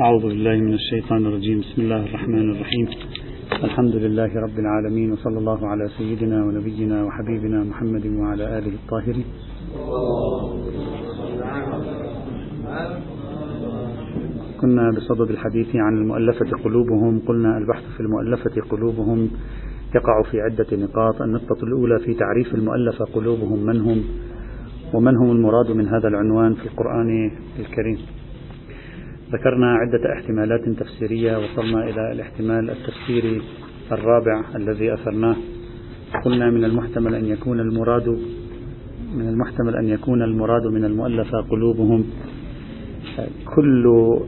أعوذ بالله من الشيطان الرجيم. بسم الله الرحمن الرحيم. الحمد لله رب العالمين، وصلى الله على سيدنا ونبينا وحبيبنا محمد وعلى آله الطاهرين. كنا بصدد الحديث عن المؤلفة قلوبهم. قلنا البحث في المؤلفة قلوبهم يقع في عدة نقاط. النقطة الأولى في تعريف المؤلفة قلوبهم، من هم ومن هم المراد من هذا العنوان في القرآن الكريم. ذكرنا عدة احتمالات تفسيرية، وصلنا إلى الاحتمال التفسيري الرابع الذي أثرناه. قلنا من المحتمل أن يكون المراد من المؤلفة قلوبهم كل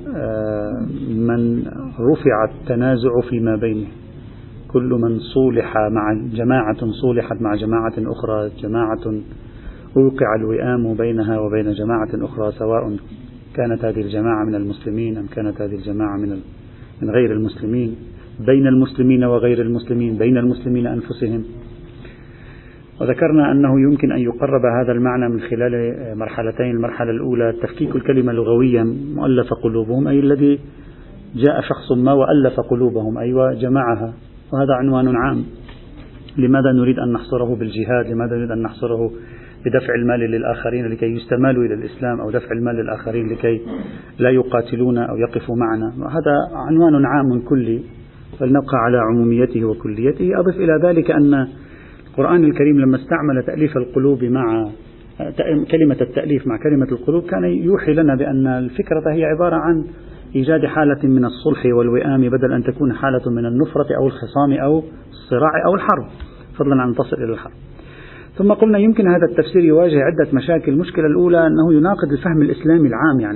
من رفع التنازع فيما بينه، كل من صولح مع جماعة، صولحت مع جماعة أخرى، جماعة أوقع الوئام بينها وبين جماعة أخرى، سواء كانت هذه الجماعة من المسلمين أم كانت هذه الجماعة من غير المسلمين، بين المسلمين وغير المسلمين، بين المسلمين أنفسهم. وذكرنا أنه يمكن أن يقرب هذا المعنى من خلال مرحلتين. المرحلة الأولى تفكيك الكلمة لغويا، مؤلف قلوبهم أي الذي جاء شخص ما وألف قلوبهم، أي وجمعها، وهذا عنوان عام. لماذا نريد أن نحصره بالجهاد؟ لماذا نريد أن نحصره بدفع المال للآخرين لكي يستمالوا إلى الإسلام، أو دفع المال للآخرين لكي لا يقاتلون أو يقفوا معنا؟ هذا عنوان عام كلي، فلنبقى على عموميته وكليته. أضف إلى ذلك أن القرآن الكريم لما استعمل تأليف القلوب مع كلمة التأليف مع كلمة القلوب، كان يوحي لنا بأن الفكرة هي عبارة عن إيجاد حالة من الصلح والوئام، بدل أن تكون حالة من النفرة أو الخصام أو الصراع أو الحرب، فضلا عن تصل إلى الحرب. ثم قلنا يمكن هذا التفسير يواجه عدة مشاكل. المشكلة الأولى أنه يناقض الفهم الإسلامي العام، يعني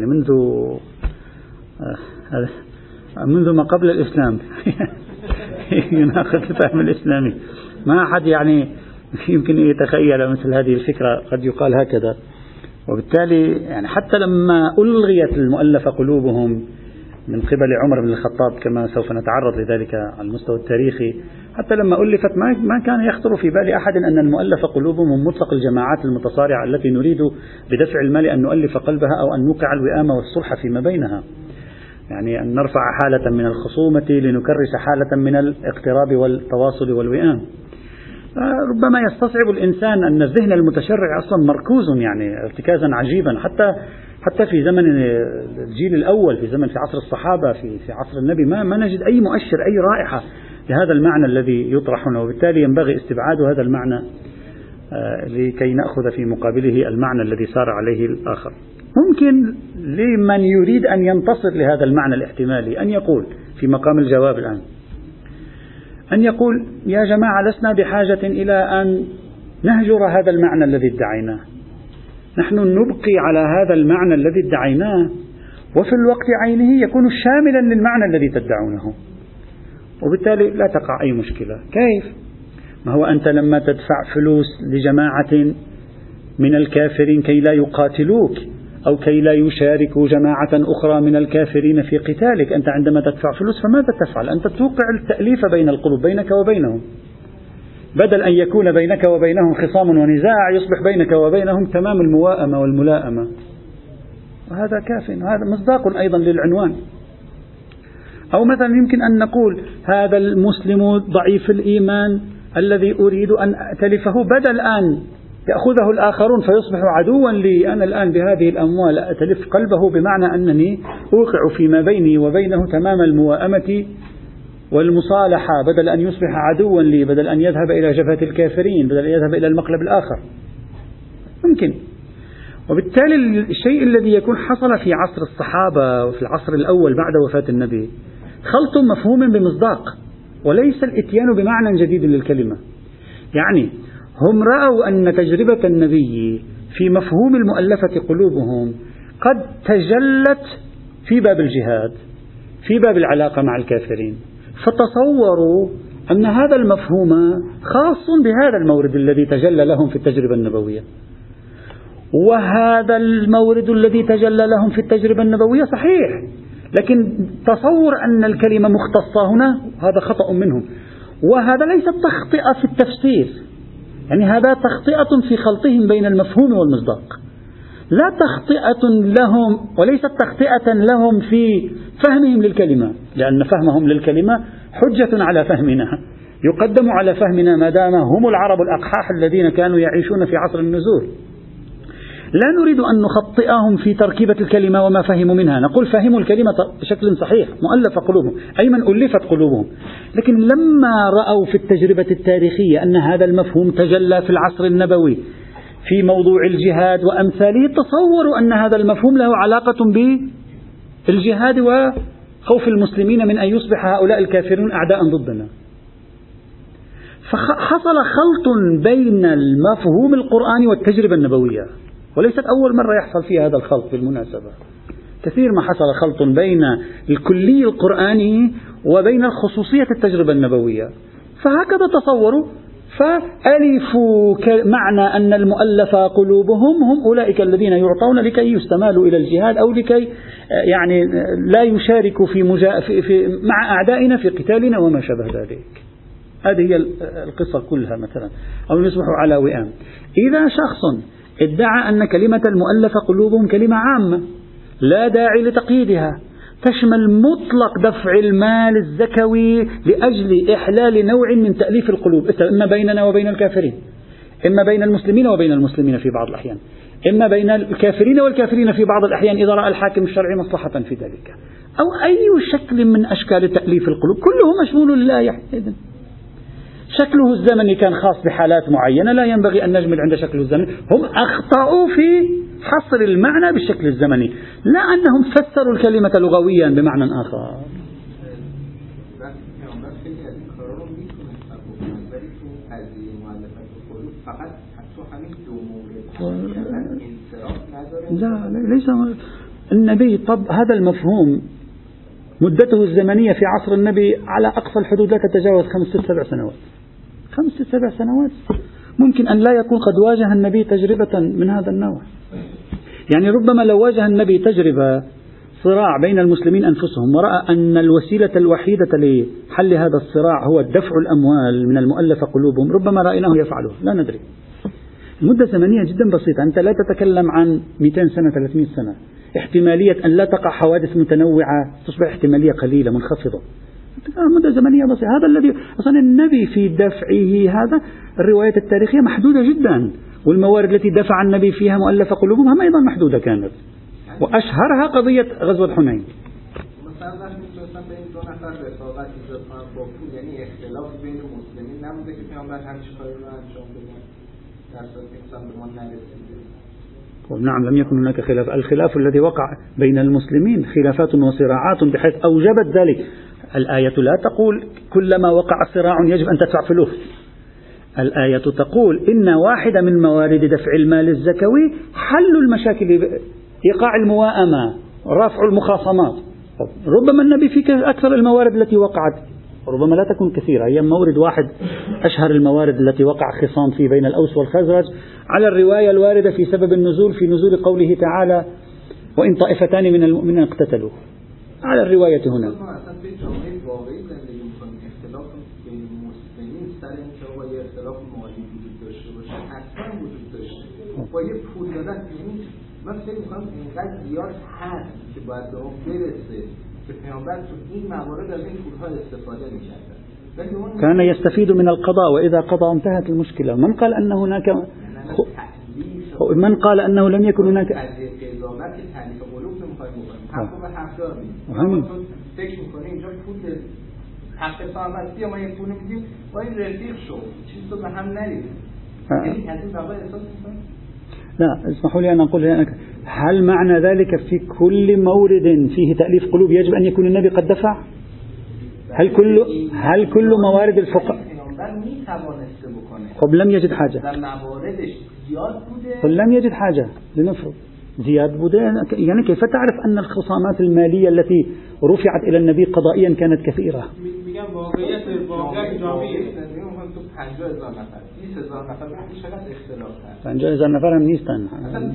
منذ ما قبل الإسلام يناقض الفهم الإسلامي. ما أحد يعني يمكن يتخيل مثل هذه الفكرة، قد يقال هكذا. وبالتالي يعني حتى لما ألغيت المؤلفة قلوبهم من قبل عمر بن الخطاب، كما سوف نتعرض لذلك على المستوى التاريخي، حتى لما ألفت ما كان يخطر في بال أحد أن المؤلفة قلوبهم هم مطلق الجماعات المتصارعة التي نريد بدفع المال أن نؤلف قلبها أو أن نوقع الوئام والصلح فيما بينها، يعني أن نرفع حالة من الخصومة لنكرس حالة من الاقتراب والتواصل والوئام. ربما يستصعب الإنسان أن الذهن المتشرع أصلا مركوز يعني ارتكازا عجيبا، حتى في زمن الجيل الأول، في عصر الصحابة، في عصر النبي، ما نجد أي مؤشر، أي رائحة لهذا المعنى الذي يطرح هنا. وبالتالي ينبغي استبعاد هذا المعنى لكي نأخذ في مقابله المعنى الذي سار عليه الآخر. ممكن لمن يريد أن ينتصر لهذا المعنى الاحتمالي أن يقول في مقام الجواب الآن، أن يقول يا جماعة لسنا بحاجة إلى أن نهجر هذا المعنى الذي ادعيناه، نحن نبقي على هذا المعنى الذي ادعيناه، وفي الوقت عينه يكون شاملا للمعنى الذي تدعونه، وبالتالي لا تقع أي مشكلة. كيف؟ ما هو أنت لما تدفع فلوس لجماعة من الكافرين كي لا يقاتلوك أو كي لا يشاركوا جماعة أخرى من الكافرين في قتالك، أنت عندما تدفع فلوس فماذا تفعل؟ أنت توقع التأليف بين القلوب، بينك وبينهم، بدل أن يكون بينك وبينهم خصام ونزاع يصبح بينك وبينهم تمام المواءمة والملائمة، وهذا كاف، هذا مصداق أيضا للعنوان. أو مثلا يمكن أن نقول هذا المسلم ضعيف الإيمان الذي أريد أن أتلفه، بدل أن يأخذه الآخرون فيصبح عدوا لي، أنا الآن بهذه الأموال أتلف قلبه، بمعنى أنني أوقع فيما بيني وبينه تمام المواءمة والمصالحة، بدل أن يصبح عدوا لي، بدل أن يذهب إلى جبهة الكافرين، بدل أن يذهب إلى المقلب الآخر. ممكن. وبالتالي الشيء الذي يكون حصل في عصر الصحابة وفي العصر الأول بعد وفاة النبي خلط مفهوم بمصداق، وليس الإتيان بمعنى جديد للكلمة. يعني هم رأوا أن تجربة النبي في مفهوم المؤلفة قلوبهم قد تجلت في باب الجهاد، في باب العلاقة مع الكافرين، فتصوروا أن هذا المفهوم خاص بهذا المورد الذي تجلى لهم في التجربة النبوية. وهذا المورد الذي تجلى لهم في التجربة النبوية صحيح، لكن تصور أن الكلمة مختصة هنا هذا خطأ منهم، وهذا ليس تخطئة في التفسير، يعني هذا تخطئة في خلطهم بين المفهوم والمصداق، لا تخطئة لهم، وليست تخطئة لهم في فهمهم للكلمة، لأن فهمهم للكلمة حجة على فهمنا، يقدم على فهمنا ما دام هم العرب الأقحاح الذين كانوا يعيشون في عصر النزول. لا نريد أن نخطئهم في تركيبة الكلمة وما فهموا منها، نقول فهموا الكلمة بشكل صحيح، مؤلف قلوبهم أي من ألفت قلوبهم، لكن لما رأوا في التجربة التاريخية أن هذا المفهوم تجلى في العصر النبوي في موضوع الجهاد وأمثاله، تصوروا أن هذا المفهوم له علاقة بالجهاد وخوف المسلمين من أن يصبح هؤلاء الكافرون أعداء ضدنا. فحصل خلط بين المفهوم القرآني والتجربة النبوية، وليست أول مرة يحصل فيها هذا الخلط بالمناسبة، كثير ما حصل خلط بين الكلي القرآني وبين الخصوصية التجربة النبوية. فهكذا تصوروا، فألفوا معنى أن المؤلف قلوبهم هم أولئك الذين يعطون لكي يستمالوا إلى الجهاد أو لكي يعني لا يشاركوا مع أعدائنا في قتالنا وما شابه ذلك. هذه هي القصة كلها مثلا، أو يصبحوا على وئام. إذا شخص ادعى أن كلمة المؤلف قلوبهم كلمة عامة لا داعي لتقييدها، تشمل مطلق دفع المال الزكوي لأجل إحلال نوع من تأليف القلوب، إما بيننا وبين الكافرين، إما بين المسلمين وبين المسلمين في بعض الأحيان، إما بين الكافرين والكافرين في بعض الأحيان إذا رأى الحاكم الشرعي مصلحة في ذلك، أو أي شكل من أشكال تأليف القلوب، كله مشمول للآية. شكله الزمني كان خاص بحالات معينة، لا ينبغي أن نجمل عند شكله الزمني. هم أخطأوا في حصر المعنى بالشكل الزمني، لا أنهم فسروا الكلمة لغويا بمعنى آخر. لا ليس النبي. طب هذا المفهوم مدته الزمنية في عصر النبي على أقصى الحدود لا تتجاوز 5-7 سنوات. 5-7 سنوات ممكن أن لا يكون قد واجه النبي تجربة من هذا النوع. يعني ربما لو واجه النبي تجربة صراع بين المسلمين أنفسهم ورأى أن الوسيلة الوحيدة لحل هذا الصراع هو دفع الأموال من المؤلف قلوبهم، ربما رأيناه يفعله، لا ندري. المدة زمنية جدا بسيطة، أنت لا تتكلم عن 200 سنة 300 سنة. احتمالية أن لا تقع حوادث متنوعة تصبح احتمالية قليلة منخفضة، مدة زمنية بسيطة. هذا الذي أصلا النبي في دفعه، هذا الروايات التاريخية محدودة جدا، والموارد التي دفع النبي فيها مؤلف قلوبهم هم أيضا محدودة كانت، وأشهرها قضية غزوة حنين. نعم لم يكن هناك خلاف. الخلاف الذي وقع بين المسلمين خلافات وصراعات بحيث أوجبت ذلك. الآية لا تقول كلما وقع صراع يجب أن تدفع فلوس، الآية تقول إن واحدة من موارد دفع المال الزكوي حل المشاكل، إيقاع المواءمة، رفع المخاصمات. ربما النبي في أكثر الموارد التي وقعت، ربما لا تكون كثيرة، هي مورد واحد أشهر الموارد التي وقع خصام في بين الأوس والخزرج، على الرواية الواردة في سبب النزول في نزول قوله تعالى وإن طائفتان من المؤمنين اقتتلوا، على الرواية هنا. كان يستفيد من القضاء، وإذا قضى انتهت المشكلة. من قال أن هناك من قال أنه لم يكن هناك لا اسمحوا لي أن أقول هل معنى ذلك في كل مورد فيه تأليف قلوب يجب أن يكون النبي قد دفع؟ هل كل موارد الفقراء قبل لم يجد حاجة؟ قبل لم يجد حاجة لنفرض زياد بوده، يعني كيف تعرف أن الخصامات المالية التي رفعت إلى النبي قضائيا كانت كثيرة؟ 50,000 نفر هم نيستن.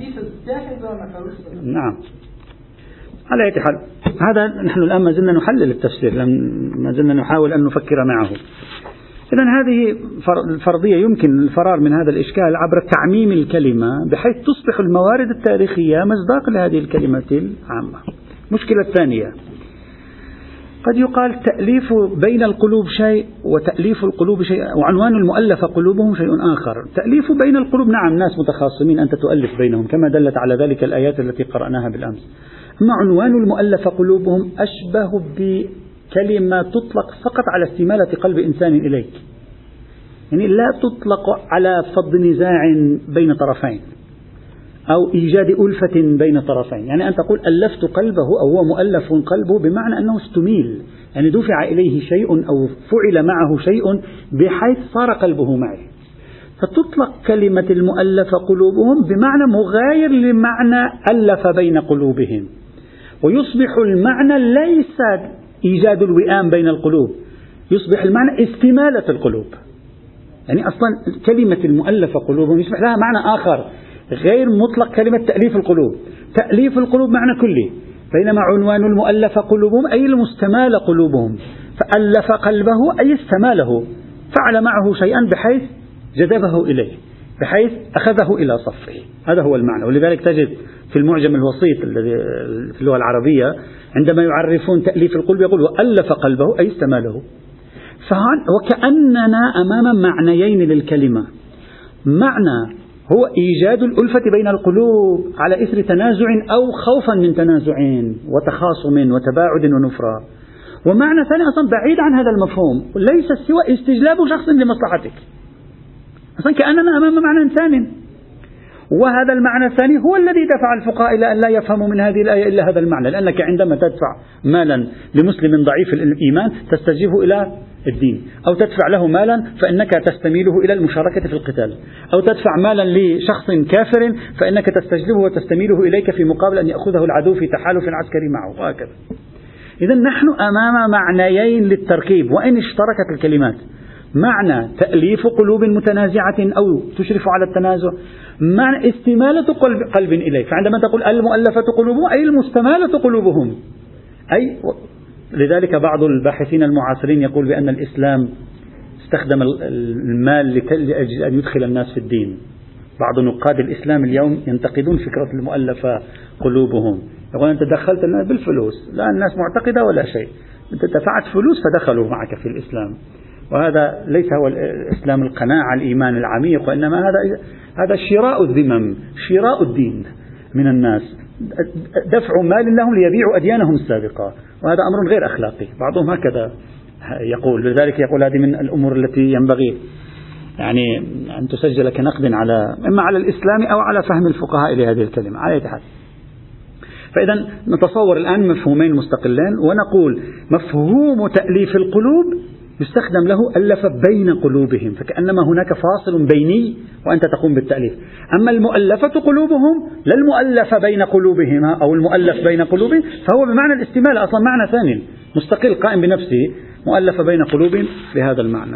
نعم. على أي حال هذا نحن الآن ما زلنا نحلل التفسير، ما زلنا نحاول أن نفكر معه. إذن هذه الفرضية يمكن الفرار من هذا الإشكال عبر تعميم الكلمة بحيث تصبح الموارد التاريخية مصداق لهذه الكلمة العامة. المشكلة الثانية قد يقال تأليف بين القلوب شيء وتأليف القلوب شيء، وعنوان المؤلف قلوبهم شيء آخر. تأليف بين القلوب نعم، ناس متخاصمين أنت تؤلف بينهم كما دلت على ذلك الآيات التي قرأناها بالأمس. أما عنوان المؤلف قلوبهم أشبه بكلمة تطلق فقط على استمالة قلب إنسان إليك، يعني لا تطلق على فض نزاع بين طرفين أو إيجاد ألفة بين طرفين. يعني أن تقول ألفت قلبه أو هو مؤلف قلبه بمعنى أنه استميل، يعني دفع إليه شيء أو فعل معه شيء بحيث صار قلبه معي. فتطلق كلمة المؤلف قلوبهم بمعنى مغاير لمعنى ألف بين قلوبهم، ويصبح المعنى ليس إيجاد الوئام بين القلوب، يصبح المعنى استمالة القلوب. يعني أصلا كلمة المؤلف قلوبهم يصبح لها معنى آخر غير مطلق كلمة تأليف القلوب. تأليف القلوب معنى كلي، بينما عنوان المؤلف قلوبهم أي المستمال قلوبهم، فألف قلبه أي استماله، فعل معه شيئا بحيث جذبه إليه، بحيث أخذه إلى صفه. هذا هو المعنى. ولذلك تجد في المعجم الوسيط الذي في اللغة العربية عندما يعرفون تأليف القلب يقول وألف قلبه أي استماله. وكأننا أمام معنيين للكلمة، معنى هو إيجاد الألفة بين القلوب على إثر تنازع أو خوفا من تنازع وتخاصم وتباعد ونفرة، ومعنى ثاني أصلا بعيد عن هذا المفهوم ليس سوى استجلاب شخص لمصلحتك. أصلا كأننا أمام معنى ثاني، وهذا المعنى الثاني هو الذي دفع الفقهاء إلى أن لا يفهموا من هذه الآية إلا هذا المعنى، لأنك عندما تدفع مالا لمسلم ضعيف الإيمان تستجيبه إلى الدين، أو تدفع له مالا فإنك تستميله إلى المشاركة في القتال، أو تدفع مالا لشخص كافر فإنك تستجلبه وتستميله إليك في مقابل أن يأخذه العدو في تحالف عسكري معه، وهكذا. إذن نحن أمام معنيين للتركيب وإن اشتركت الكلمات، معنى تأليف قلوب متنازعة أو تشرف على التنازع، معنى استمالة قلب إليه. فعندما تقول المؤلفة قلوبهم أي المستمالة قلوبهم، أي لذلك بعض الباحثين المعاصرين يقول بأن الإسلام استخدم المال لأجل أن يدخل الناس في الدين. بعض نقاد الإسلام اليوم ينتقدون فكرة المؤلفة قلوبهم، يقول أنت دخلت الناس بالفلوس، لا الناس معتقدة ولا شيء، أنت دفعت فلوس فدخلوا معك في الإسلام. وهذا ليس هو الإسلام القناعة الإيمان العميق، وإنما هذا شراء الذمم، شراء الدين من الناس، دفع مال لهم ليبيعوا أديانهم السابقة، وهذا أمر غير أخلاقي. بعضهم هكذا يقول، لذلك يقول هذه من الأمور التي ينبغي يعني أن تسجل كنقد على إما على الإسلام أو على فهم الفقهاء لهذه الكلمة على أي حال. فإذا نتصور الآن مفهومين مستقلين ونقول مفهوم تأليف القلوب يستخدم له ألف بين قلوبهم، فكأنما هناك فاصل بيني وأنت تقوم بالتأليف. أما المؤلفة قلوبهم لا المؤلف بين قلوبهم أو المؤلف بين قلوبهم، فهو بمعنى الاستمال أصلا معنى ثاني مستقل قائم بنفسه، مؤلف بين قلوبهم بهذا المعنى.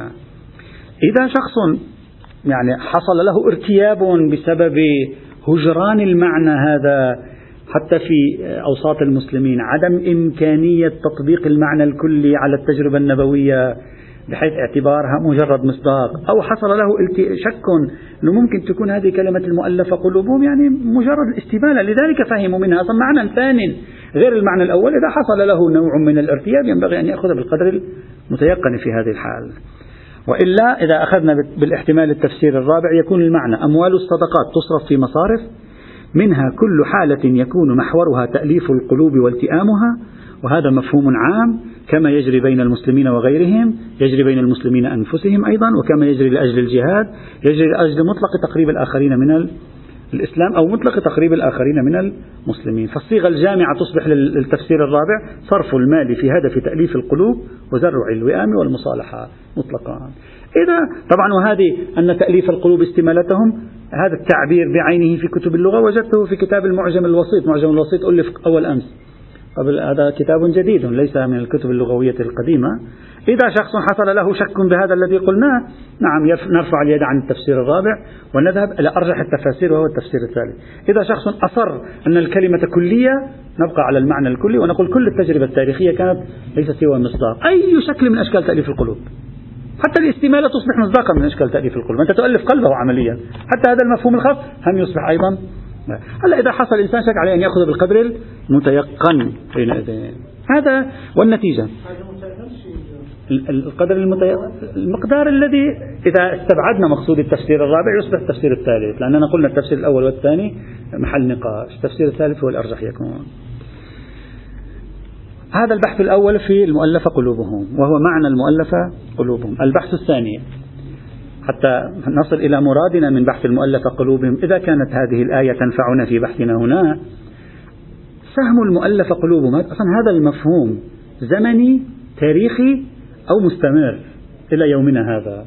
إذا شخص يعني حصل له ارتياب بسبب هجران المعنى هذا حتى في أوساط المسلمين، عدم إمكانية تطبيق المعنى الكلي على التجربة النبوية بحيث اعتبارها مجرد مصداق، أو حصل له شك أنه ممكن تكون هذه كلمة المؤلفة قلوبهم يعني مجرد الاستمالة، لذلك فهموا منها أصلا معنى ثاني غير المعنى الأول. إذا حصل له نوع من الارتياب ينبغي أن يأخذ بالقدر المتيقن في هذه الحال، وإلا إذا أخذنا بالاحتمال التفسير الرابع يكون المعنى أموال الصدقات تصرف في مصارف منها كل حالة يكون محورها تأليف القلوب والتئامها، وهذا مفهوم عام كما يجري بين المسلمين وغيرهم، يجري بين المسلمين أنفسهم أيضا، وكما يجري لأجل الجهاد يجري لأجل مطلق تقريب الآخرين من الإسلام أو مطلق تقريب الآخرين من المسلمين. فالصيغة الجامعة تصبح للتفسير الرابع صرف المال في هدف تأليف القلوب وزرع الوئام والمصالحة مطلقا. إذا طبعا وهذه أن تأليف القلوب استمالتهم، هذا التعبير بعينه في كتب اللغة وجدته في كتاب المعجم الوسيط. معجم الوسيط ألف أول أمس قبل، هذا كتاب جديد ليس من الكتب اللغوية القديمة. إذا شخص حصل له شك بهذا الذي قلناه، نعم نرفع اليد عن التفسير الرابع ونذهب إلى أرجح التفاسير وهو التفسير الثالث. إذا شخص أصر أن الكلمة كلية نبقى على المعنى الكلي ونقول كل التجربة التاريخية كانت ليس سوى مصداق أي شكل من أشكال تأليف القلوب، حتى الاستمالة تصبح مصداقا من أشكال تأليف القلوب، أنت تؤلف قلبه عمليا، حتى هذا المفهوم الخاص هم يصبح أيضا. هلا إذا حصل الإنسان شك عليه أن يأخذ بالقدر المتيقن حينئذ. هذا والنتيجة المقدار الذي إذا استبعدنا مقصود التفسير الرابع يصبح التفسير الثالث، لأننا قلنا التفسير الأول والثاني محل نقاش، التفسير الثالث هو الأرجح يكون. هذا البحث الأول في المؤلفة قلوبهم، وهو معنى المؤلفة قلوبهم. البحث الثاني حتى نصل إلى مرادنا من بحث المؤلفة قلوبهم، إذا كانت هذه الآية تنفعنا في بحثنا هنا، سهم المؤلفة قلوبهم أصلا هذا المفهوم زمني تاريخي أو مستمر إلى يومنا هذا.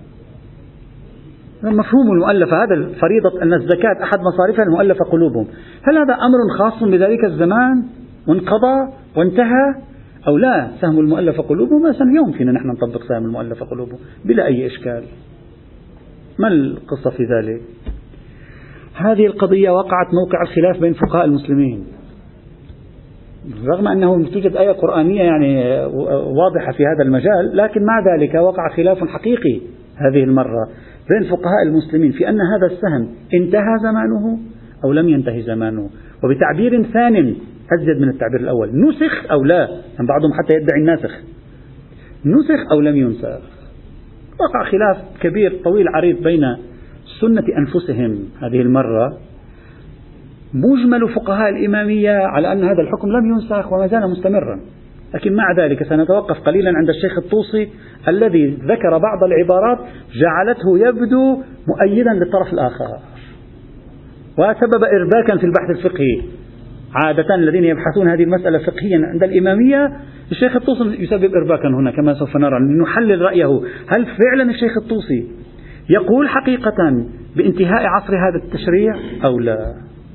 مفهوم المؤلفة هذا فريضة أن الزكاة أحد مصارفها المؤلفة قلوبهم، هل هذا أمر خاص بذلك الزمان وانقضى وانتهى أو لا؟ سهم المؤلفة قلوبهم مثلا اليوم فينا نحن نطبق سهم المؤلفة قلوبهم بلا أي إشكال. ما القصة في ذلك؟ هذه القضية وقعت موقع الخلاف بين فقهاء المسلمين، رغم أنه توجد آية قرآنية يعني واضحة في هذا المجال، لكن مع ذلك وقع خلاف حقيقي هذه المرة بين فقهاء المسلمين في أن هذا السهم انتهى زمانه أو لم ينتهي زمانه، وبتعبير ثان أزيد من التعبير الأول، نسخ أو لا، بعضهم حتى يدعي الناسخ، نسخ أو لم ينسخ. وقع خلاف كبير طويل عريض بين سنة أنفسهم هذه المرة. مجمل فقهاء الإمامية على أن هذا الحكم لم ينسخ وما زال مستمرا، لكن مع ذلك سنتوقف قليلا عند الشيخ الطوسي الذي ذكر بعض العبارات جعلته يبدو مؤيدا للطرف الآخر وسبب إرباكا في البحث الفقهي. عادة الذين يبحثون هذه المسألة فقهيا عند الإمامية الشيخ الطوسي يسبب إرباكا هنا كما سوف نرى، نحلل رأيه، هل فعلا الشيخ الطوسي يقول حقيقة بانتهاء عصر هذا التشريع أو لا؟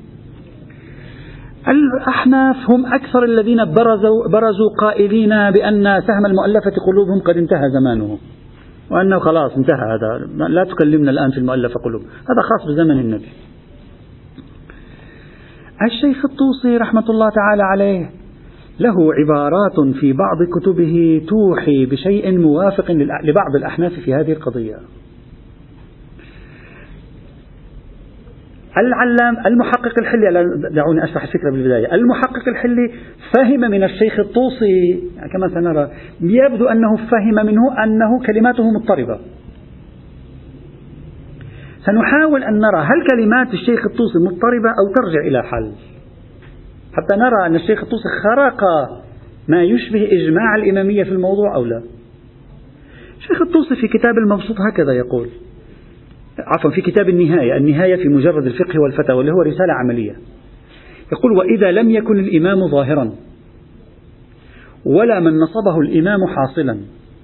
الأحناف هم أكثر الذين برزوا قائلين بأن سهم المؤلفة قلوبهم قد انتهى زمانه، وأنه خلاص انتهى، هذا لا تكلمنا الآن في المؤلفة قلوبهم، هذا خاص بزمن النبي. الشيخ الطوسي رحمة الله تعالى عليه له عبارات في بعض كتبه توحي بشيء موافق لبعض الأحناف في هذه القضية. العلام المحقق الحلي، دعوني أشرح الفكرة بالبداية، المحقق الحلي فهم من الشيخ الطوسي كما سنرى، يبدو أنه فهم منه أنه كلماته مضطربة. سنحاول أن نرى هل كلمات الشيخ الطوسي مضطربة أو ترجع إلى حل، حتى نرى أن الشيخ الطوسي خرق ما يشبه إجماع الإمامية في الموضوع أو لا. الشيخ الطوسي في كتاب المبسوط هكذا يقول، في كتاب النهاية في مجرد الفقه والفتاوى اللي هو رسالة عملية، يقول: وإذا لم يكن الإمام ظاهرا ولا من نصبه الإمام حاصلا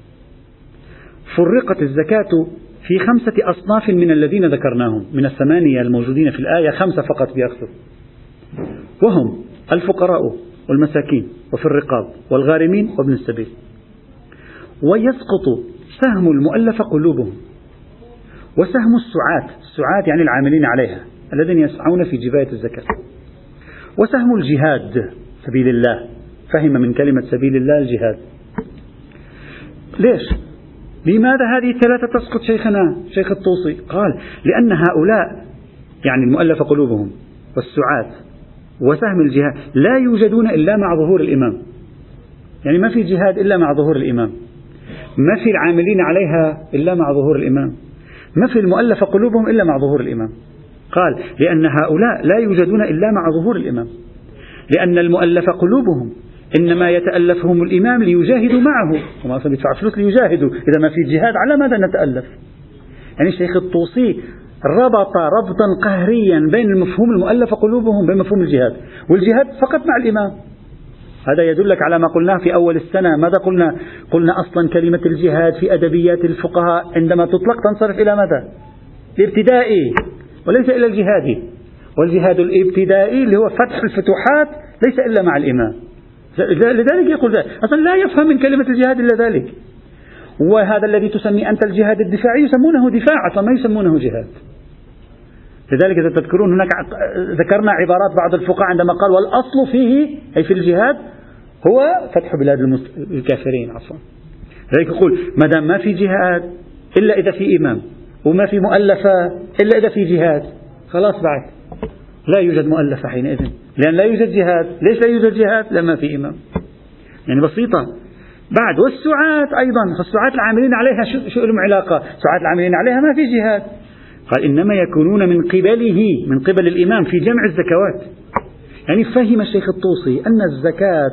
فرقت الزكاة في 5 أصناف من الذين ذكرناهم، من 8 الموجودين في الآية 5 فقط بيأخذوا، وهم الفقراء والمساكين وفي الرقاب والغارمين وابن السبيل، ويسقط سهم المؤلف قلوبهم وسهم السعاة يعني العاملين عليها الذين يسعون في جباية الزكاة، وسهم الجهاد سبيل الله، فهم من كلمة سبيل الله الجهاد. ليش؟ لماذا هذه الثلاثة تسقط شيخنا شيخ الطوسي؟ قال: لأن هؤلاء يعني المؤلف قلوبهم والسعاة وسهم الجهاد لا يوجدون إلا مع ظهور الإمام، يعني ما في جهاد إلا مع ظهور الإمام، ما في العاملين عليها إلا مع ظهور الإمام، ما في المؤلف قلوبهم إلا مع ظهور الإمام. قال: لأن هؤلاء لا يوجدون إلا مع ظهور الإمام، لأن المؤلف قلوبهم إنما يتألفهم الإمام ليجاهدوا معه، وما أصلا يدفع فلوس ليجاهدوا، إذا ما في جهاد على ماذا نتألف؟ يعني الشيخ الطوسي ربط ربطا قهريا بين المفهوم المؤلف قلوبهم بين مفهوم الجهاد، والجهاد فقط مع الإمام. هذا يدلك على ما قلناه في أول السنة. ماذا قلنا؟ قلنا أصلا كلمة الجهاد في أدبيات الفقهاء عندما تطلق تنصرف إلى ماذا؟ الابتدائي وليس إلى الجهادي، والجهاد الابتدائي اللي هو فتح الفتوحات ليس إلا مع الإمام. لذلك يقول ذلك أصلا لا يفهم من كلمة الجهاد إلا ذلك. وهذا الذي تسمي أنت الجهاد الدفاعي يسمونه دفاع، أصلا ما يسمونه جهاد. لذلك إذا تذكرون هناك ذكرنا عبارات بعض الفقهاء عندما قال والأصل فيه أي في الجهاد هو فتح بلاد الكافرين عفوا. لذلك يقول ما دام ما في جهاد إلا إذا في إمام، وما في مؤلفة إلا إذا في جهاد، خلاص بعد لا يوجد مؤلفة حينئذ، لأن لا يوجد جهاد. ليش لا يوجد جهاد؟ لما في إمام. يعني بسيطة. بعد والسعاة أيضا، السعاة العاملين عليها شو لهم علاقة؟ السعاة العاملين عليها ما في جهاد. قال إنما يكونون من قبله، من قبل الإمام في جمع الزكوات. يعني فهم الشيخ الطوسي أن الزكاة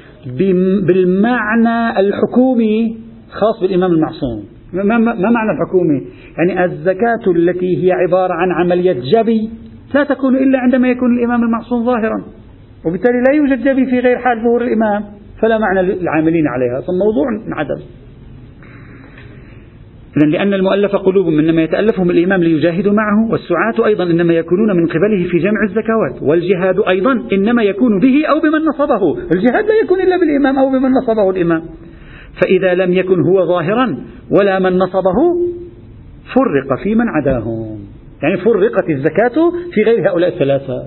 بالمعنى الحكومي خاص بالإمام المعصوم. ما معنى الحكومي؟ يعني الزكاة التي هي عبارة عن عملية جبي لا تكون إلا عندما يكون الإمام المعصوم ظاهرا، وبالتالي لا يوجد جبي في غير حال ظهور الإمام، فلا معنى للعاملين عليها، فالموضوع انعدم. لأن المؤلف قلوبهم إنما يتألفهم الإمام ليجاهدوا معه، والسعاة أيضا إنما يكونون من قبله في جمع الزكوات، والجهاد أيضا إنما يكون به أو بمن نصبه. الجهاد لا يكون إلا بالإمام أو بمن نصبه الإمام، فإذا لم يكن هو ظاهرا ولا من نصبه فرق في من عداهم، يعني فرقت الزكاة في غير هؤلاء الثلاثة.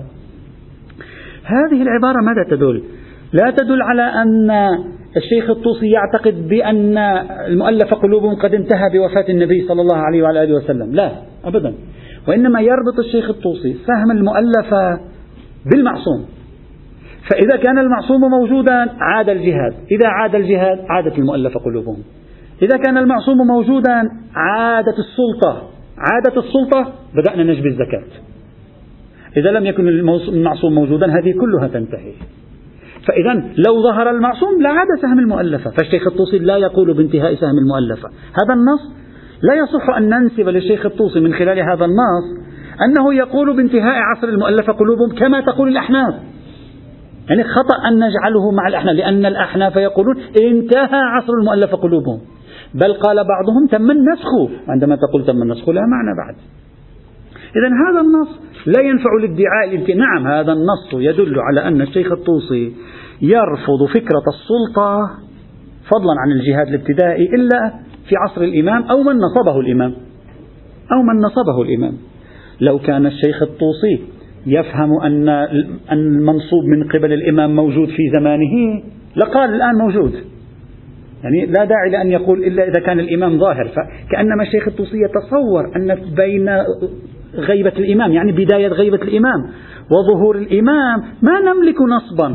هذه العبارة ماذا تدل؟ لا تدل على أن الشيخ الطوسي يعتقد بأن المؤلف قلوبهم قد انتهى بوفاة النبي صلى الله عليه وعلى آله وسلم، لا أبدا، وإنما يربط الشيخ الطوسي فهم المؤلف بالمعصوم. فإذا كان المعصوم موجودا عاد الجهاد، إذا عاد الجهاد عادت المؤلف قلوبهم، إذا كان المعصوم موجودا عادت السلطة، عادت السلطة بدأنا نجبي الزكاة. إذا لم يكن المعصوم موجودا هذه كلها تنتهي. فإذا لو ظهر المعصوم لعاد سهم المؤلفة، فالشيخ الطوسي لا يقول بانتهاء سهم المؤلفة. هذا النص لا يصح أن ننسب للشيخ الطوسي من خلال هذا النص أنه يقول بانتهاء عصر المؤلفة قلوبهم كما تقول الأحناف. يعني خطأ أن نجعله مع الأحناف، لأن الأحناف يقولون انتهى عصر المؤلفة قلوبهم، بل قال بعضهم تم النسخ. عندما تقول تم النسخ لا معنى بعد. إذن هذا النص لا ينفع للادعاء. نعم هذا النص يدل على أن الشيخ الطوسي يرفض فكرة السلطة فضلا عن الجهاد الابتدائي إلا في عصر الإمام أو من نصبه الإمام، أو من نصبه الإمام. لو كان الشيخ الطوسي يفهم أن المنصوب من قبل الإمام موجود في زمانه لقال الآن موجود، يعني لا داعي لأن يقول إلا إذا كان الإمام ظاهر. فكأنما الشيخ الطوسي يتصور أن بين غيبة الإمام، يعني بداية غيبة الإمام وظهور الإمام، ما نملك نصبا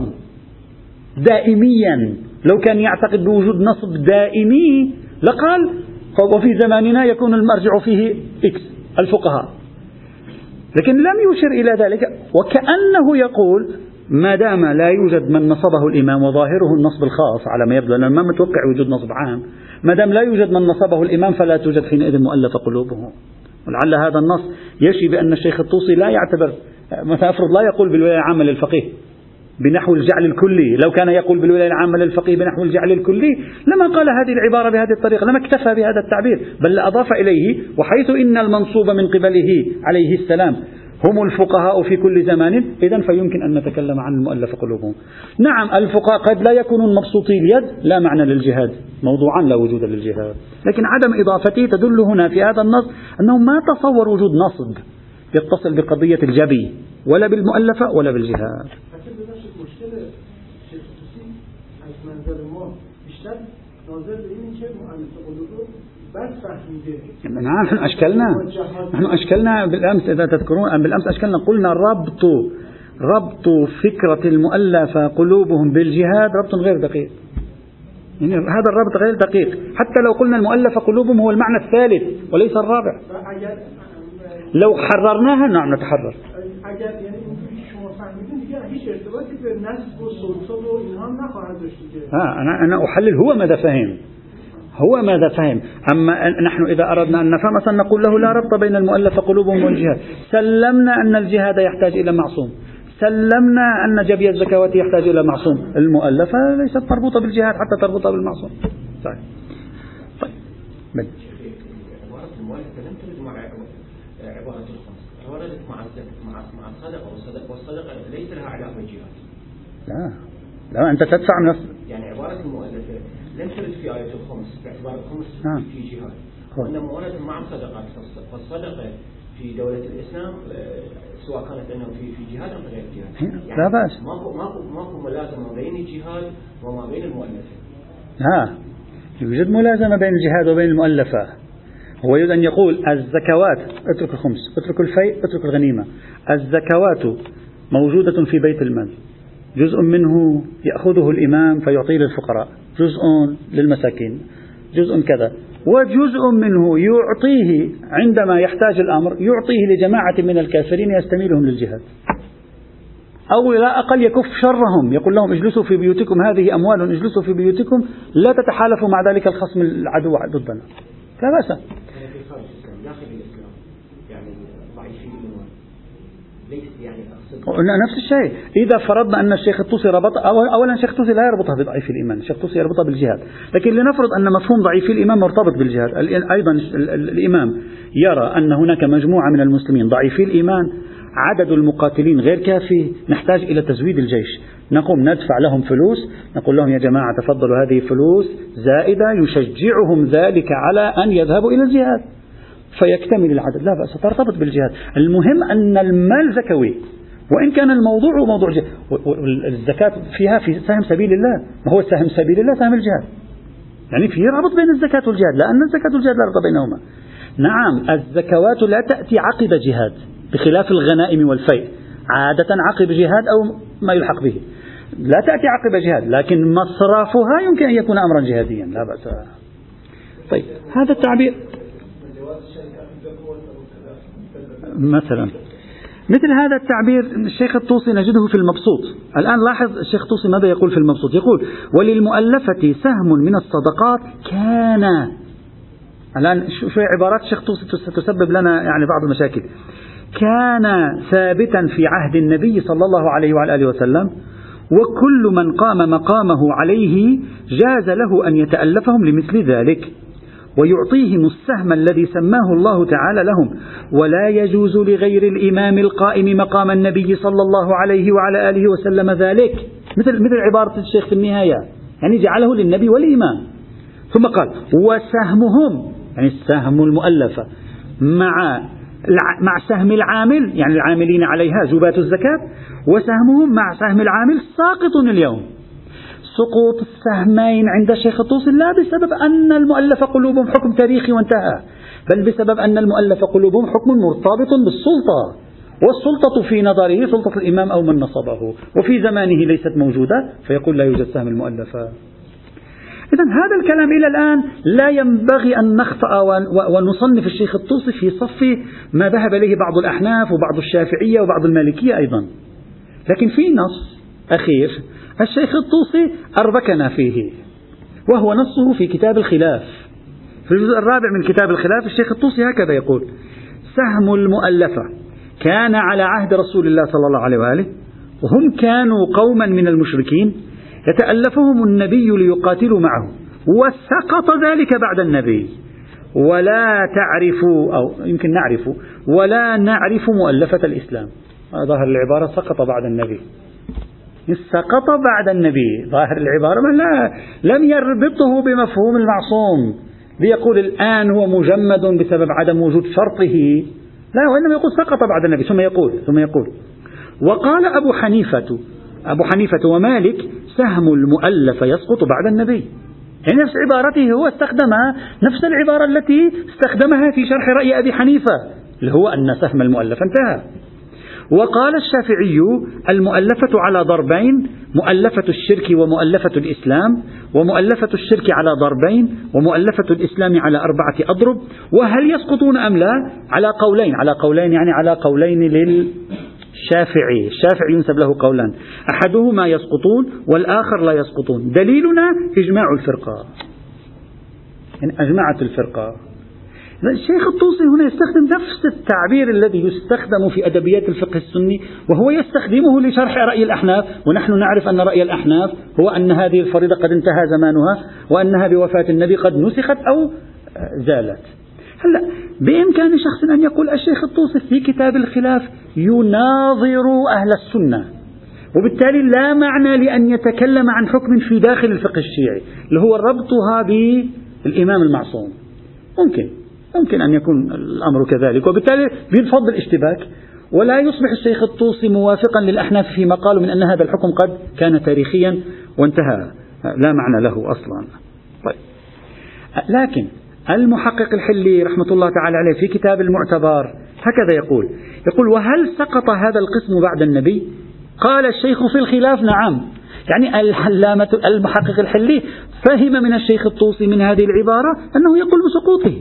دائميا. لو كان يعتقد بوجود نصب دائمي لقال وفي زماننا يكون المرجع فيه إكس الفقهاء، لكن لم يشر إلى ذلك. وكأنه يقول ما دام لا يوجد من نصبه الإمام وظاهره النصب الخاص على ما يبدو، لأنه ما متوقع وجود نصب عام، ما دام لا يوجد من نصبه الإمام فلا توجد حينئذ مؤلف قلوبهم. ولعل هذا النص يشي بأن الشيخ الطوسي لا يعتبر، مثلا أفرض لا يقول بالولاية العامة للفقيه بنحو الجعل الكلي. لو كان يقول بالولاية العامة للفقيه بنحو الجعل الكلي لما قال هذه العبارة بهذه الطريقة، لما اكتفى بهذا التعبير، بل أضاف إليه وحيث إن المنصوب من قبله عليه السلام هم الفقهاء في كل زمان، إذن فيمكن أن نتكلم عن المؤلف قلوبهم. نعم الفقهاء قد لا يكونون مبسوطي اليد، لا معنى للجهاد، موضوعا لا وجود للجهاد، لكن عدم إضافته تدل هنا في هذا النص أنه ما تصور وجود نصب يتصل بقضية الجبي ولا بالمؤلفة ولا بالجهاد. نحن أشكلنا بالأمس، إذا تذكرون بالأمس أشكلنا، قلنا ربط فكرة المؤلفة قلوبهم بالجهاد ربط غير دقيق. يعني هذا الربط غير دقيق، حتى لو قلنا المؤلفة قلوبهم هو المعنى الثالث وليس الرابع. لو حررناها نعم نتحرر. أنا أحلل هو ماذا فهم، هو ماذا فهم. أما نحن إذا أردنا أن نفهم مثلا نقول له لا ربط بين المؤلفة قلوبهم والجهاد. سلمنا أن الجهاد يحتاج إلى معصوم، سلمنا أن جبي الزكوات يحتاج إلى معصوم، المؤلفة ليست مربوطة بالجهاد حتى تربطها بالمعصوم. طيب عبارة الخمس وردت مع الصدقة، والصدقة ليس لها علاقة بالجهاد. لا أنت تدفع من يعني عبارة المؤلفة لم ترد في آية الخمس باعتبار الخمس في جهاد، وإنما وردت مع الصدقات، فالصدقة في دولة الإسلام سواء كانت أنه في جهاد أو غير جهاد، يعني لا بأس، ماكو ملازمة بين الجهاد وما بين المؤلفة. يوجد ملازمة بين الجهاد وبين المؤلفة. هو يريد أن يقول الزكوات، اترك الخمس، اترك الفيء، اترك الغنيمة، الزكوات موجودة في بيت المال جزء منه يأخذه الإمام فيعطيه للفقراء، جزء للمساكين، جزء كذا، وجزء منه يعطيه عندما يحتاج الأمر، يعطيه لجماعة من الكافرين يستميلهم للجهاد، أو لا أقل يكف شرهم، يقول لهم اجلسوا في بيوتكم، هذه أموال، اجلسوا في بيوتكم، لا تتحالفوا مع ذلك الخصم العدو ضدنا، لا بأس. نفس الشيء، إذا فرضنا أن الشيخ الطوسي ربط، أولا الشيخ الطوسي لا يربطها بضعيف الإيمان، الشيخ الطوسي يربطها بالجهاد، لكن لنفرض أن مفهوم ضعيف الإيمان مرتبط بالجهاد، أيضا الإمام يرى أن هناك مجموعة من المسلمين ضعيفي الإيمان، عدد المقاتلين غير كافي، نحتاج إلى تزويد الجيش، نقوم ندفع لهم فلوس، نقول لهم يا جماعة تفضلوا هذه فلوس زائدة يشجعهم ذلك على أن يذهبوا إلى الجهاد، فيكتمل العدد، لا بأس، ترتبط بالجهاد. المهم أن المال زكوي، وإن كان الموضوع موضوع جهاد، الزكاة فيها في سهم سبيل الله، ما هو سهم سبيل الله سهم الجهاد، يعني في ربط بين الزكاة والجهاد، لأن الزكاة والجهاد لا ربط بينهما. نعم الزكوات لا تأتي عقب جهاد بخلاف الغنائم والفيء، عادة عقب جهاد أو ما يلحق به، لا تأتي عقب جهاد، لكن مصرفها يمكن أن يكون أمرا جهاديا، لا بأس. طيب هذا التعبير مثلا، مثل هذا التعبير الشيخ الطوسي نجده في المبسوط. الآن لاحظ الشيخ الطوسي ماذا يقول في المبسوط، يقول وللمؤلفة سهم من الصدقات كان. الآن شوية عبارات الشيخ الطوسي تسبب لنا يعني بعض المشاكل. كان ثابتا في عهد النبي صلى الله عليه وعلى آله وسلم، وكل من قام مقامه عليه جاز له أن يتألفهم لمثل ذلك، ويعطيهم السهم الذي سماه الله تعالى لهم، ولا يجوز لغير الإمام القائم مقام النبي صلى الله عليه وعلى آله وسلم ذلك، مثل عبارة الشيخ في النهاية، يعني جعله للنبي والإمام. ثم قال وسهمهم، يعني السهم المؤلفة مع سهم العامل، يعني العاملين عليها زبات الزكاة، وسهمهم مع سهم العامل ساقط اليوم. سقوط السهمين عند الشيخ الطوسي لا بسبب أن المؤلف قلوبهم حكم تاريخي وانتهى، بل بسبب أن المؤلف قلوبهم حكم مرتبط بالسلطة، والسلطة في نظره سلطة الإمام أو من نصبه، وفي زمانه ليست موجودة، فيقول لا يوجد سهم المؤلفة. إذن هذا الكلام إلى الآن لا ينبغي أن نخطأ ونصنف الشيخ الطوسي في صف ما ذهب إليه بعض الأحناف وبعض الشافعية وبعض المالكية أيضا. لكن في نص أخير الشيخ الطوسي أربكنا فيه، وهو نصه في كتاب الخلاف، في الجزء الرابع من كتاب الخلاف. الشيخ الطوسي هكذا يقول: سهم المؤلفة كان على عهد رسول الله صلى الله عليه وآله، وهم كانوا قوما من المشركين يتألفهم النبي ليقاتلوا معه، وسقط ذلك بعد النبي، ولا تعرف أو يمكن نعرف ولا نعرف مؤلفة الإسلام. ظاهر العبارة سقط بعد النبي، سقط بعد النبي، ظاهر العبارة لم يربطه بمفهوم المعصوم ليقول الآن هو مجمد بسبب عدم وجود شرطه، لا، وإنما يقول سقط بعد النبي. ثم يقول وقال أبو حنيفة ومالك سهم المؤلف يسقط بعد النبي، يعني نفس عبارته هو استخدمها، نفس العبارة التي استخدمها في شرح رأي أبي حنيفة اللي هو أن سهم المؤلف انتهى. وقال الشافعي المؤلفة على ضربين: مؤلفة الشرك ومؤلفة الإسلام، ومؤلفة الشرك على ضربين، ومؤلفة الإسلام على 4 أضرب. وهل يسقطون أم لا؟ على قولين يعني على قولين للشافعي، الشافعي ينسب له قولان، أحدهما يسقطون والآخر لا يسقطون. دليلنا إجماع الفرقة، يعني أجمعت الفرقة. الشيخ الطوسي هنا يستخدم نفس التعبير الذي يستخدم في أدبيات الفقه السني، وهو يستخدمه لشرح رأي الأحناف، ونحن نعرف أن رأي الأحناف هو أن هذه الفريضة قد انتهى زمانها، وأنها بوفاة النبي قد نسخت أو زالت. هلا بإمكان شخص أن يقول الشيخ الطوسي في كتاب الخلاف يناظر أهل السنة، وبالتالي لا معنى لأن يتكلم عن حكم في داخل الفقه الشيعي اللي هو ربطها بالإمام المعصوم. ممكن أن يكون الأمر كذلك، وبالتالي بينفض الاشتباك، ولا يصبح الشيخ الطوسي موافقا للأحناف فيما قالوا من أن هذا الحكم قد كان تاريخيا وانتهى، لا معنى له أصلا. طيب. لكن المحقق الحلي رحمة الله تعالى عليه في كتاب المعتبر هكذا يقول: وهل سقط هذا القسم بعد النبي؟ قال الشيخ في الخلاف نعم. يعني العلامة المحقق الحلي فهم من الشيخ الطوسي من هذه العبارة أنه يقول بسقوطه.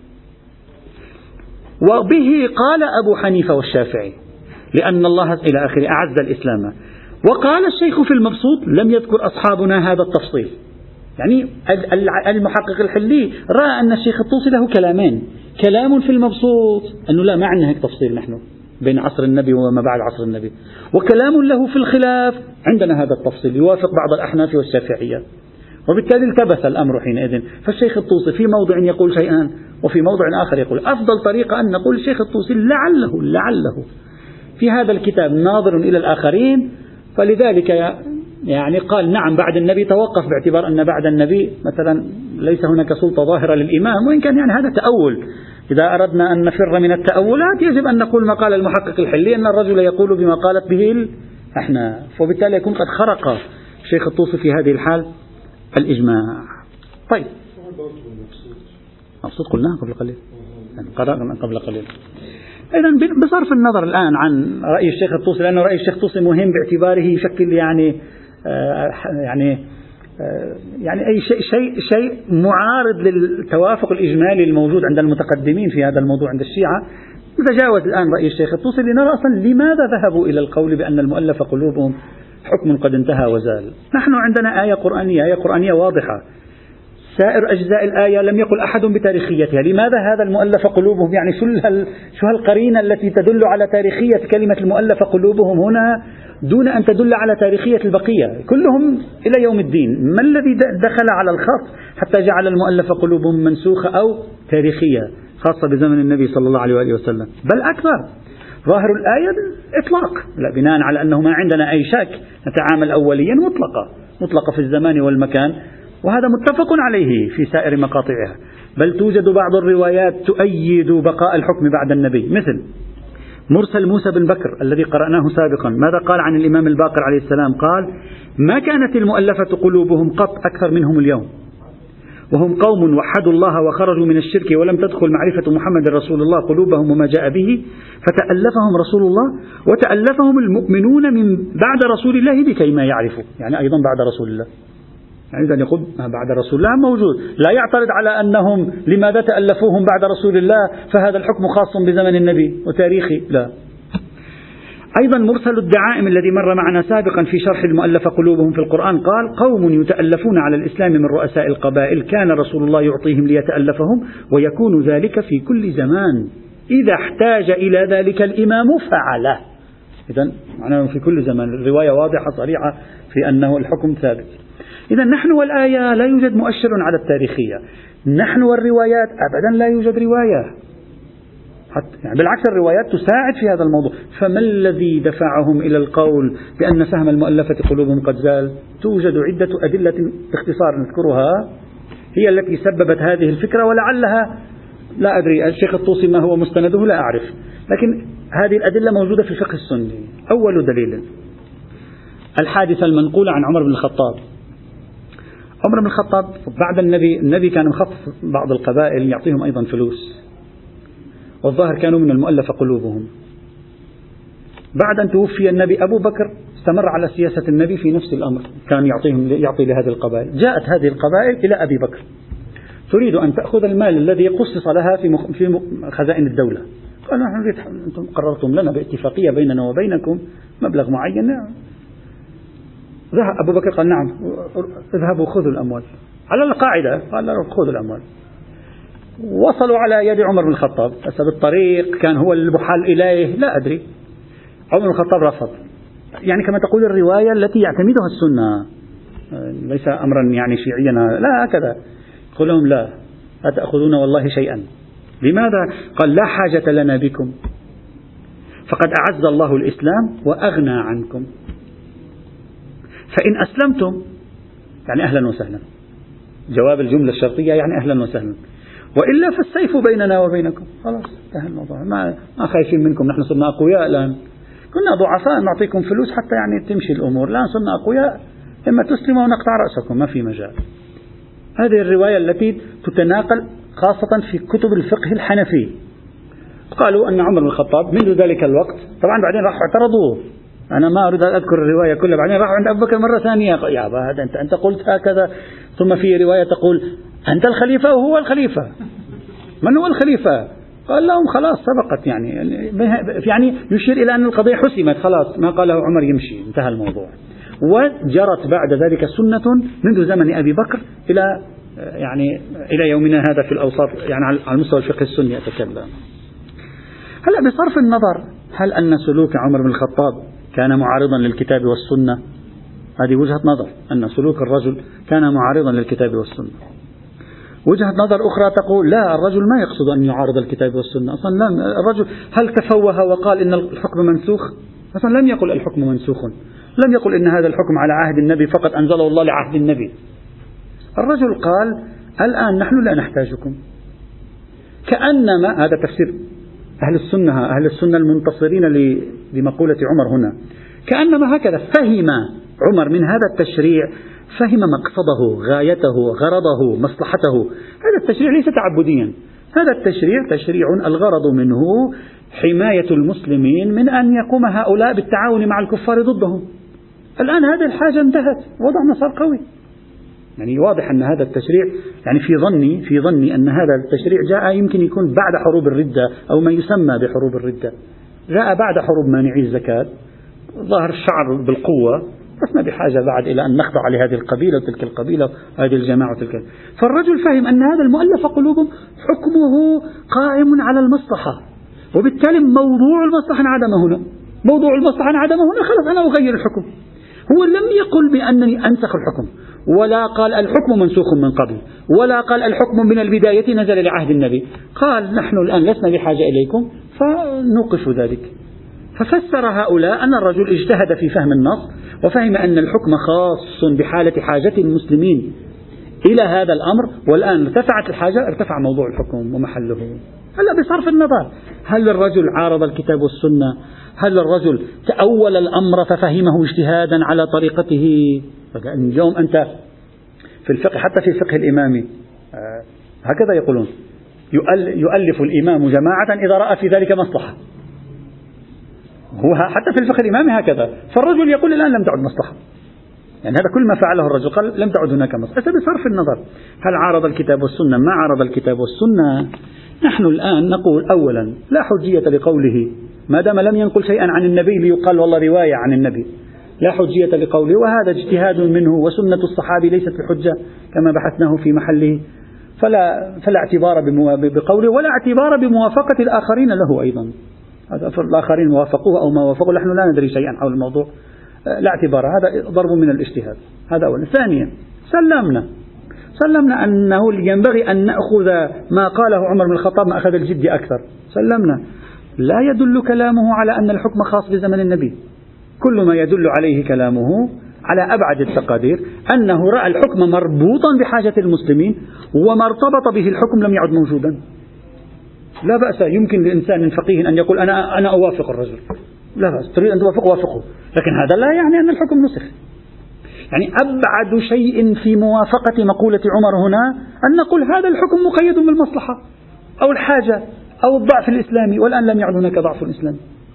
وبه قال أبو حنيفة والشافعي لأن الله إلى آخره أعز الإسلام. وقال الشيخ في المبسوط لم يذكر أصحابنا هذا التفصيل. يعني المحقق الحلي رأى أن الشيخ الطوسي له كلامين، كلام في المبسوط أنه لا، ما عندنا هيك تفصيل نحن بين عصر النبي وما بعد عصر النبي، وكلام له في الخلاف عندنا هذا التفصيل يوافق بعض الأحناف والشافعية، وبالتالي التبس الأمر حينئذ. فالشيخ الطوسي في موضع يقول شيئا وفي موضع آخر يقول. أفضل طريقة أن نقول الشيخ الطوسي لعله في هذا الكتاب ناظر إلى الآخرين، فلذلك يعني قال نعم بعد النبي توقف، باعتبار أن بعد النبي مثلا ليس هناك سلطة ظاهرة للإمام، وإن كان يعني هذا تأول. إذا أردنا أن نفر من التأولات يجب أن نقول ما قال المحقق الحلي أن الرجل يقول بما قالت به الأحناف، وبالتالي يكون قد خرق الشيخ الطوسي في هذه الحال الإجماع. طيب مبسوط قلناها قبل قليل، قرأنا قبل قليل. إذن بصرف النظر الآن عن رأي الشيخ الطوسي، لأن رأي الشيخ الطوسي مهم باعتباره يشكل يعني أي شيء معارض للتوافق الإجمالي الموجود عند المتقدمين في هذا الموضوع عند الشيعة. نتجاوز الآن رأي الشيخ الطوسي لنرى أصلا لماذا ذهبوا إلى القول بأن المؤلف قلوبهم حكم قد انتهى وزال. نحن عندنا آية قرآنية واضحة، سائر أجزاء الآية لم يقل أحد بتاريخيتها. لماذا هذا المؤلف قلوبهم؟ يعني شو هالقرينة التي تدل على تاريخية كلمة المؤلف قلوبهم هنا دون أن تدل على تاريخية البقية كلهم إلى يوم الدين؟ ما الذي دخل على الخط حتى جعل المؤلف قلوبهم منسوخة أو تاريخية خاصة بزمن النبي صلى الله عليه وآله وسلم؟ بل أكثر، ظاهر الآية الإطلاق، لا بناء على أنه ما عندنا أي شك، نتعامل أوليا مطلقة في الزمان والمكان، وهذا متفق عليه في سائر مقاطعها. بل توجد بعض الروايات تؤيد بقاء الحكم بعد النبي، مثل مرسل موسى بن بكر الذي قرأناه سابقا. ماذا قال عن الإمام الباقر عليه السلام؟ قال: ما كانت المؤلفة قلوبهم قط أكثر منهم اليوم، وهم قوم وحدوا الله وخرجوا من الشرك ولم تدخل معرفة محمد رسول الله قلوبهم وما جاء به، فتألفهم رسول الله وتألفهم المؤمنون من بعد رسول الله لكي ما يعرفوا، يعني أيضا بعد رسول الله، يعني إذا يقول بعد رسول الله موجود، لا يعترض على أنهم لماذا تألفوهم بعد رسول الله فهذا الحكم خاص بزمن النبي وتاريخي، لا. أيضا مرسل الدعائم الذي مر معنا سابقا في شرح المؤلفة قلوبهم في القرآن قال: قوم يتألفون على الإسلام من رؤساء القبائل كان رسول الله يعطيهم ليتألفهم ويكون ذلك في كل زمان، إذا احتاج إلى ذلك الإمام فعله. إذن معناه في كل زمان، الرواية واضحة صريحة في أنه الحكم ثابت. إذا نحن والآية لا يوجد مؤشر على التاريخية، نحن والروايات أبدا لا يوجد رواية، يعني بالعكس الروايات تساعد في هذا الموضوع. فما الذي دفعهم إلى القول بأن سهم المؤلفة قلوبهم قد زال؟ توجد عدة أدلة باختصار نذكرها هي التي سببت هذه الفكرة، ولعلها لا أدري الشيخ الطوسي ما هو مستنده لا أعرف، لكن هذه الأدلة موجودة في الفقه السني. أول دليل الحادثة المنقولة عن عمر بن الخطاب. عمر بن الخطاب بعد النبي كان مخصص بعض القبائل يعطيهم أيضا فلوس، والظاهر كانوا من المؤلفة قلوبهم. بعد أن توفي النبي أبو بكر استمر على سياسة النبي في نفس الأمر، كان يعطي لهذه القبائل. جاءت هذه القبائل إلى أبي بكر تريد أن تأخذ المال الذي قصص لها في خزائن الدولة. قالوا: نحن أنتم قررتم لنا باتفاقية بيننا وبينكم مبلغ معين. ذهب أبو بكر قال: نعم، اذهبوا خذوا الأموال على القاعدة. قال: خذوا الأموال. وصلوا على يد عمر بن الخطاب، حسب الطريق كان هو المحال إليه، لا أدري. عمر بن الخطاب رفض، يعني كما تقول الرواية التي يعتمدها السنة، ليس أمرا يعني شيعيا، لا هكذا. قل لهم: لا تأخذون والله شيئا. لماذا؟ قال: لا حاجة لنا بكم، فقد أعز الله الإسلام وأغنى عنكم، فإن أسلمتم يعني أهلا وسهلا، جواب الجملة الشرطية يعني أهلا وسهلا، وإلا فالسيف بيننا وبينكم. خلاص انتهى الموضوع، ما خايفين منكم، نحن صرنا أقوياء الآن، كنا ضعفاء نعطيكم فلوس حتى يعني تمشي الأمور، الآن صرنا أقوياء، إما تسلموا ونقطع رأسكم، ما في مجال. هذه الرواية التي تتناقل خاصة في كتب الفقه الحنفي. قالوا أن عمر بن الخطاب منذ ذلك الوقت، طبعا بعدين راحوا اعترضوه، أنا ما أريد أن أذكر الرواية كلها. بعدين راح عند أبو بكر مرة ثانية، يا أبا هذا أنت قلت هكذا. ثم في رواية تقول أنت الخليفة وهو الخليفة. من هو الخليفة؟ قال لهم خلاص سبقت، يعني يشير إلى أن القضية حسمت خلاص، ما قاله عمر يمشي، انتهى الموضوع. وجرت بعد ذلك سنة منذ زمن أبي بكر إلى يومنا هذا في الأوساط، يعني على مستوى الفقه السني أتكلم. هلا بصرف النظر هل أن سلوك عمر بن الخطاب كان معارضا للكتاب والسنة، هذه وجهة نظر، أن سلوك الرجل كان معارضا للكتاب والسنة. وجهة نظر أخرى تقول لا، الرجل ما يقصد أن يعارض الكتاب والسنة أصلا. لا، الرجل هل تفوه وقال إن الحكم منسوخ؟ أصلا لم يقل الحكم منسوخ، لم يقل إن هذا الحكم على عهد النبي فقط أنزله الله لعهد النبي. الرجل قال الآن نحن لا نحتاجكم، كأنما هذا تفسير أهل السنة المنتصرين لمقولة عمر هنا، كأنما هكذا فهم عمر من هذا التشريع، فهم مقصده، غايته، غرضه، مصلحته. هذا التشريع ليس تعبديا، هذا التشريع تشريع الغرض منه حماية المسلمين من أن يقوم هؤلاء بالتعاون مع الكفار ضدهم. الآن هذه الحاجة انتهت، وضعنا صار قوي. يعني واضح أن هذا التشريع، يعني في ظني أن هذا التشريع جاء يمكن يكون بعد حروب الردة أو ما يسمى بحروب الردة، جاء بعد حروب مانعي الزكاة، ظهر الشعر بالقوة، لسنا بحاجة بعد إلى أن نخضع لهذه القبيلة وتلك القبيلة وهذه الجماعة وتلك. فالرجل فهم أن هذا المؤلف قلوبهم حكمه قائم على المصلحة، وبالتالي موضوع المصلحة انعدم هنا، موضوع المصلحة انعدم هنا، خلاص أنا أغير الحكم. هو لم يقل بأنني أنسخ الحكم، ولا قال الحكم منسوخ من قبل، ولا قال الحكم من البداية نزل لعهد النبي. قال نحن الآن لسنا بحاجة إليكم فنوقف ذلك. ففسر هؤلاء أن الرجل اجتهد في فهم النص، وفهم أن الحكم خاص بحالة حاجة المسلمين إلى هذا الأمر، والآن ارتفعت الحاجة، ارتفع موضوع الحكم ومحله. هلا بصرف النظر هل الرجل عارض الكتاب والسنة، هل الرجل تأول الأمر ففهمه اجتهادا على طريقته. اليوم أنت في الفقه، حتى في الفقه الإمامي هكذا يقولون، يؤلف الإمام جماعة إذا رأى في ذلك مصلحة. هو حتى في الفقه الإمامي هكذا، فالرجل يقول الآن لم تعد مصلحة، يعني هذا كل ما فعله الرجل، قال لم تعد هناك مصلحة. بصرف النظر هل عارض الكتاب والسنة، ما عارض الكتاب والسنة، نحن الآن نقول أولا لا حجية لقوله ما دام لم ينقل شيئا عن النبي ليقال والله رواية عن النبي، لا حجية لقوله، وهذا اجتهاد منه، وسنة الصحابي ليست بحجة كما بحثناه في محله، فلا اعتبار بقوله، ولا اعتبار بموافقة الآخرين له أيضا. الآخرين وافقوه أو ما وافقوا، نحن لا ندري شيئا حول الموضوع، لا اعتبار، هذا ضرب من الاجتهاد. هذا أولا. ثانيا سلمنا أنه ينبغي أن نأخذ ما قاله عمر بن الخطاب، ما أخذ الجد أكثر، سلمنا. لا يدل كلامه على أن الحكم خاص بزمن النبي، كل ما يدل عليه كلامه على أبعد التقادير أنه رأى الحكم مربوطا بحاجة المسلمين، وما ارتبط به الحكم لم يعد موجودا. لا بأس، يمكن لإنسان فقيه أن يقول أنا أوافق الرجل، لا بأس، تريد أن توافق وافقه، لكن هذا لا يعني أن الحكم نسخ. يعني أبعد شيء في موافقة مقولة عمر هنا أن نقول هذا الحكم مقيد بالمصلحة أو الحاجة أو الضعف الإسلامي، والآن لم يعد هناك ضعف إسلامي.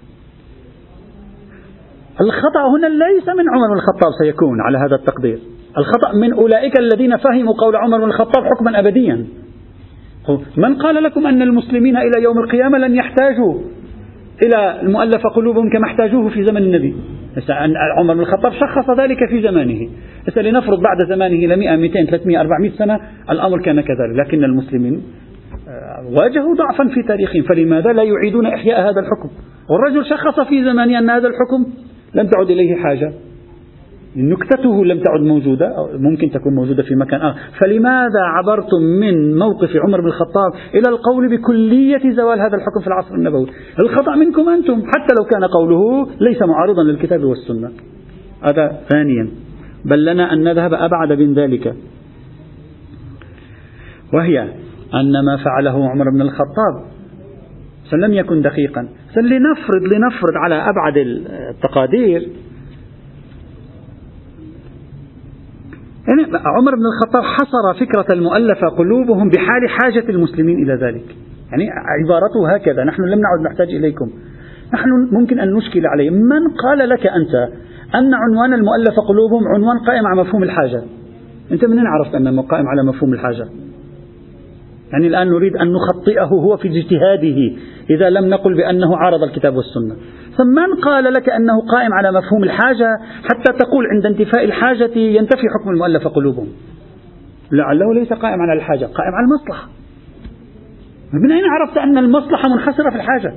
الخطأ هنا ليس من عمر بن الخطاب، سيكون على هذا التقدير الخطأ من أولئك الذين فهموا قول عمر بن الخطاب حكما أبديا. من قال لكم أن المسلمين إلى يوم القيامة لن يحتاجوا إلى المؤلف قلوبهم كما احتاجوه في زمن النبي؟ عمر بن الخطاب شخص ذلك في زمانه، لنفرض بعد زمانه إلى 100 200 300 400 سنة الأمر كان كذلك، لكن المسلمين واجهوا ضعفا في تاريخهم، فلماذا لا يعيدون إحياء هذا الحكم؟ والرجل شخص في زمانه أن هذا الحكم لم تعد إليه حاجة، نكتته لم تعد موجودة، أو ممكن تكون موجودة في مكان آخر، فلماذا عبرتم من موقف عمر بن الخطاب إلى القول بكلية زوال هذا الحكم في العصر النبوي؟ الخطأ منكم أنتم، حتى لو كان قوله ليس معارضا للكتاب والسنة. هذا ثانيا. بل لنا أن نذهب أبعد من ذلك، وهي أن ما فعله عمر بن الخطاب لم يكن دقيقا. لنفرض على أبعد التقادير، يعني عمر بن الخطاب حصر فكرة المؤلفة قلوبهم بحال حاجة المسلمين إلى ذلك، يعني عبارته هكذا: نحن لم نعد نحتاج إليكم. نحن ممكن أن نشكل عليه من قال لك أنت أن عنوان المؤلف قلوبهم عنوان قائم على مفهوم الحاجة؟ أنت منين عرفت أنه قائم على مفهوم الحاجة؟ يعني الآن نريد أن نخطئه هو في اجتهاده إذا لم نقل بأنه عارض الكتاب والسنة. فمن قال لك أنه قائم على مفهوم الحاجة حتى تقول عند انتفاء الحاجة ينتفي حكم المؤلف قلوبهم؟ لعله ليس قائم على الحاجة، قائم على المصلحة. من أين عرفت أن المصلحة منحصرة في الحاجة؟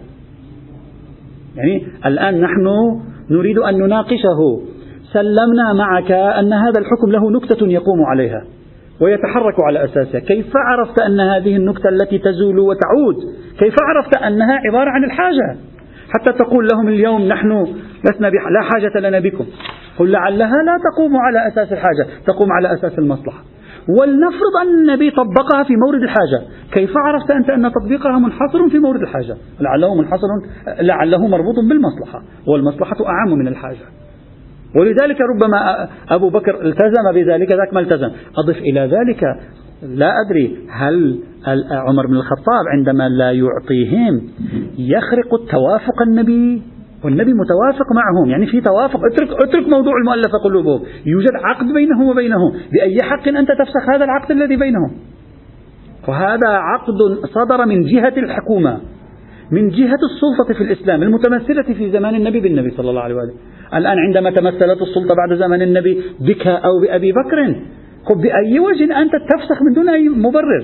يعني الآن نحن نريد أن نناقشه. سلمنا معك أن هذا الحكم له نكتة يقوم عليها ويتحرك على أساسها. كيف عرفت أن هذه النكتة التي تزول وتعود كيف عرفت أنها عبارة عن الحاجة حتى تقول لهم اليوم نحن لا حاجة لنا بكم؟ قل لعلها لا تقوم على أساس الحاجة، تقوم على أساس المصلحة. ولنفرض أن النبي طبقها في مورد الحاجة، كيف عرفت أنت أن تطبيقها منحصر في مورد الحاجة؟ لعله مربوط بالمصلحة، والمصلحة أعم من الحاجة. ولذلك ربما أبو بكر التزم بذلك، ذاك ما التزم. أضف إلى ذلك لا أدري هل عمر بن الخطاب عندما لا يعطيهم يخرق التوافق النبي، والنبي متوافق معهم، يعني في توافق. اترك موضوع المؤلف قلوبهم، يوجد عقد بينهم وبينهم، بأي حق أنت تفسخ هذا العقد الذي بينهم؟ وهذا عقد صدر من جهة الحكومة، من جهة السلطة في الإسلام المتمثلة في زمان النبي بالنبي صلى الله عليه وآله. الآن عندما تمثلت السلطة بعد زمان النبي بك أو بأبي بكر، بأي وجه أنت تفسخ من دون أي مبرر؟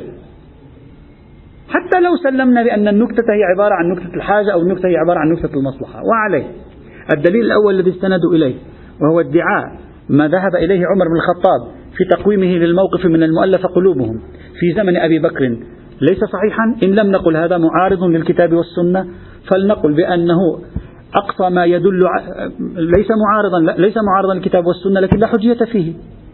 حتى لو سلمنا بأن النكتة هي عبارة عن نكتة الحاجة أو النكتة هي عبارة عن نكتة المصلحة. وعليه الدليل الأول الذي استندوا إليه وهو ادعاء ما ذهب إليه عمر بن الخطاب في تقويمه للموقف من المؤلف قلوبهم في زمن أبي بكر ليس صحيحا. إن لم نقل هذا معارض للكتاب والسنة فلنقل بأنه أقصى ما يدل ليس معارضا للكتاب والسنة، لكن لا حجية فيه.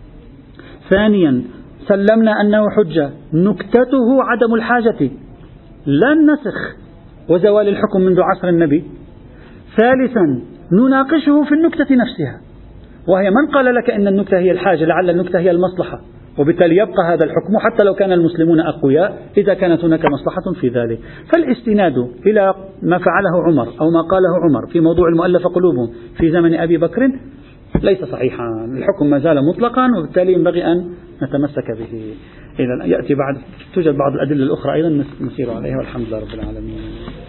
ثانيا سلمنا أنه حجة، نكتته عدم الحاجة لا النسخ وزوال الحكم منذ عصر النبي. ثالثا نناقشه في النكتة نفسها، وهي من قال لك أن النكتة هي الحاجة؟ لعل النكتة هي المصلحة، وبالتالي يبقى هذا الحكم حتى لو كان المسلمون أقوياء إذا كانت هناك مصلحة في ذلك. فالاستناد إلى ما فعله عمر أو ما قاله عمر في موضوع المؤلف قلوبهم في زمن أبي بكر ليس صحيحا، الحكم ما زال مطلقا، وبالتالي ينبغي أن نتمسك به. إذا يأتي توجد بعض الأدلة الأخرى أيضا نسير عليها، والحمد لله رب العالمين.